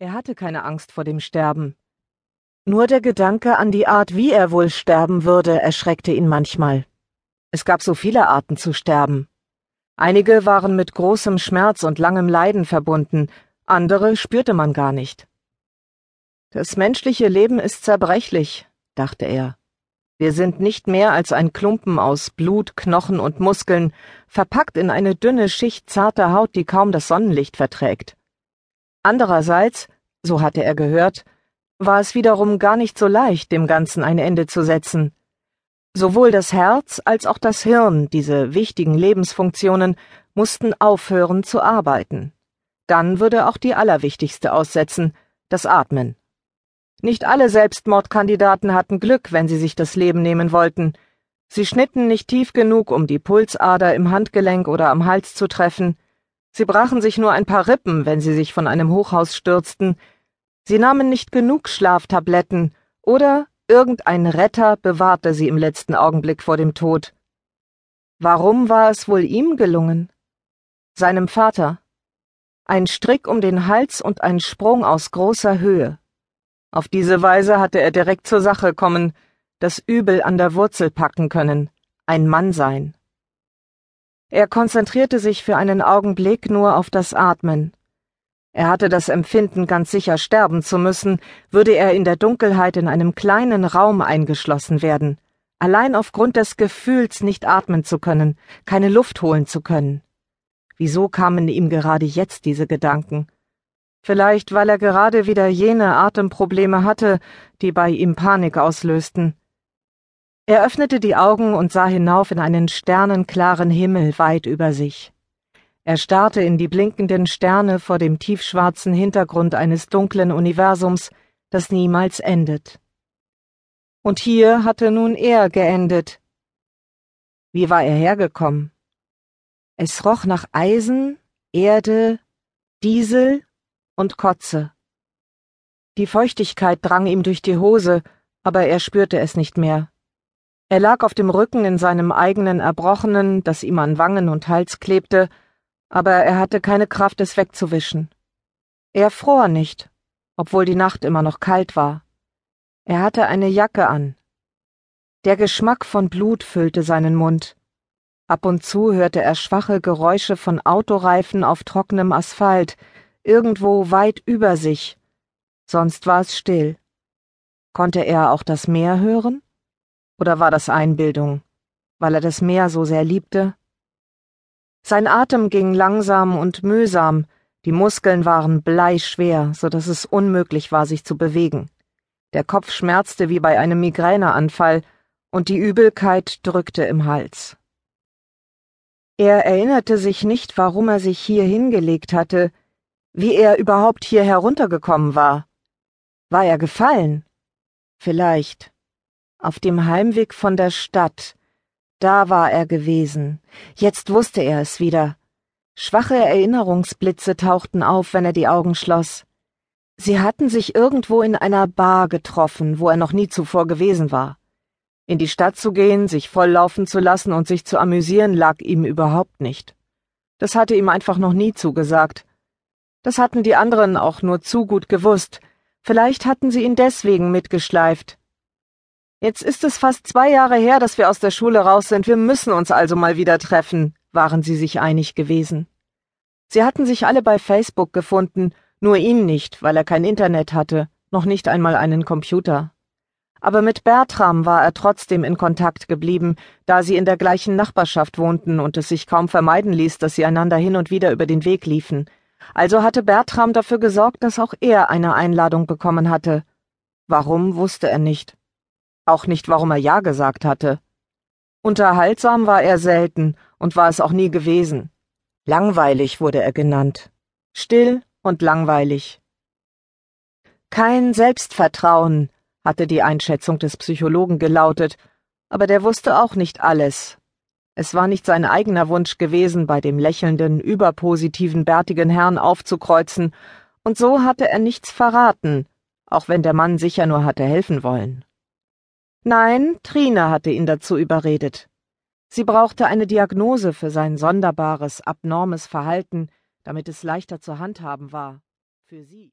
Er hatte keine Angst vor dem Sterben. Nur der Gedanke an die Art, wie er wohl sterben würde, erschreckte ihn manchmal. Es gab so viele Arten zu sterben. Einige waren mit großem Schmerz und langem Leiden verbunden, andere spürte man gar nicht. Das menschliche Leben ist zerbrechlich, dachte er. Wir sind nicht mehr als ein Klumpen aus Blut, Knochen und Muskeln, verpackt in eine dünne Schicht zarter Haut, die kaum das Sonnenlicht verträgt. Andererseits, so hatte er gehört, war es wiederum gar nicht so leicht, dem Ganzen ein Ende zu setzen. Sowohl das Herz als auch das Hirn, diese wichtigen Lebensfunktionen, mussten aufhören zu arbeiten. Dann würde auch die allerwichtigste aussetzen, das Atmen. Nicht alle Selbstmordkandidaten hatten Glück, wenn sie sich das Leben nehmen wollten. Sie schnitten nicht tief genug, um die Pulsader im Handgelenk oder am Hals zu treffen. Sie brachen sich nur ein paar Rippen, wenn sie sich von einem Hochhaus stürzten. Sie nahmen nicht genug Schlaftabletten oder irgendein Retter bewahrte sie im letzten Augenblick vor dem Tod. Warum war es wohl ihm gelungen? Seinem Vater. Ein Strick um den Hals und ein Sprung aus großer Höhe. Auf diese Weise hatte er direkt zur Sache kommen, das Übel an der Wurzel packen können, ein Mann sein. Er konzentrierte sich für einen Augenblick nur auf das Atmen. Er hatte das Empfinden, ganz sicher sterben zu müssen, würde er in der Dunkelheit in einem kleinen Raum eingeschlossen werden, allein aufgrund des Gefühls, nicht atmen zu können, keine Luft holen zu können. Wieso kamen ihm gerade jetzt diese Gedanken? Vielleicht, weil er gerade wieder jene Atemprobleme hatte, die bei ihm Panik auslösten. Er öffnete die Augen und sah hinauf in einen sternenklaren Himmel weit über sich. Er starrte in die blinkenden Sterne vor dem tiefschwarzen Hintergrund eines dunklen Universums, das niemals endet. Und hier hatte nun er geendet. Wie war er hergekommen? Es roch nach Eisen, Erde, Diesel und Kotze. Die Feuchtigkeit drang ihm durch die Hose, aber er spürte es nicht mehr. Er lag auf dem Rücken in seinem eigenen Erbrochenen, das ihm an Wangen und Hals klebte, aber er hatte keine Kraft, es wegzuwischen. Er fror nicht, obwohl die Nacht immer noch kalt war. Er hatte eine Jacke an. Der Geschmack von Blut füllte seinen Mund. Ab und zu hörte er schwache Geräusche von Autoreifen auf trockenem Asphalt, irgendwo weit über sich. Sonst war es still. Konnte er auch das Meer hören? Oder war das Einbildung, weil er das Meer so sehr liebte? Sein Atem ging langsam und mühsam, die Muskeln waren bleischwer, so dass es unmöglich war, sich zu bewegen. Der Kopf schmerzte wie bei einem Migräneanfall, und die Übelkeit drückte im Hals. Er erinnerte sich nicht, warum er sich hier hingelegt hatte, wie er überhaupt hier heruntergekommen war. War er gefallen? Vielleicht. Auf dem Heimweg von der Stadt. Da war er gewesen. Jetzt wusste er es wieder. Schwache Erinnerungsblitze tauchten auf, wenn er die Augen schloss. Sie hatten sich irgendwo in einer Bar getroffen, wo er noch nie zuvor gewesen war. In die Stadt zu gehen, sich volllaufen zu lassen und sich zu amüsieren, lag ihm überhaupt nicht. Das hatte ihm einfach noch nie zugesagt. Das hatten die anderen auch nur zu gut gewusst. Vielleicht hatten sie ihn deswegen mitgeschleift. Jetzt ist es fast 2 Jahre her, dass wir aus der Schule raus sind. Wir müssen uns also mal wieder treffen, waren sie sich einig gewesen. Sie hatten sich alle bei Facebook gefunden, nur ihn nicht, weil er kein Internet hatte, noch nicht einmal einen Computer. Aber mit Bertram war er trotzdem in Kontakt geblieben, da sie in der gleichen Nachbarschaft wohnten und es sich kaum vermeiden ließ, dass sie einander hin und wieder über den Weg liefen. Also hatte Bertram dafür gesorgt, dass auch er eine Einladung bekommen hatte. Warum, wusste er nicht. Auch nicht, warum er Ja gesagt hatte. Unterhaltsam war er selten und war es auch nie gewesen. Langweilig wurde er genannt. Still und langweilig. Kein Selbstvertrauen, hatte die Einschätzung des Psychologen gelautet, aber der wusste auch nicht alles. Es war nicht sein eigener Wunsch gewesen, bei dem lächelnden, überpositiven, bärtigen Herrn aufzukreuzen, und so hatte er nichts verraten, auch wenn der Mann sicher nur hatte helfen wollen. Nein, Trine hatte ihn dazu überredet. Sie brauchte eine Diagnose für sein sonderbares, abnormes Verhalten, damit es leichter zu handhaben war. Für sie.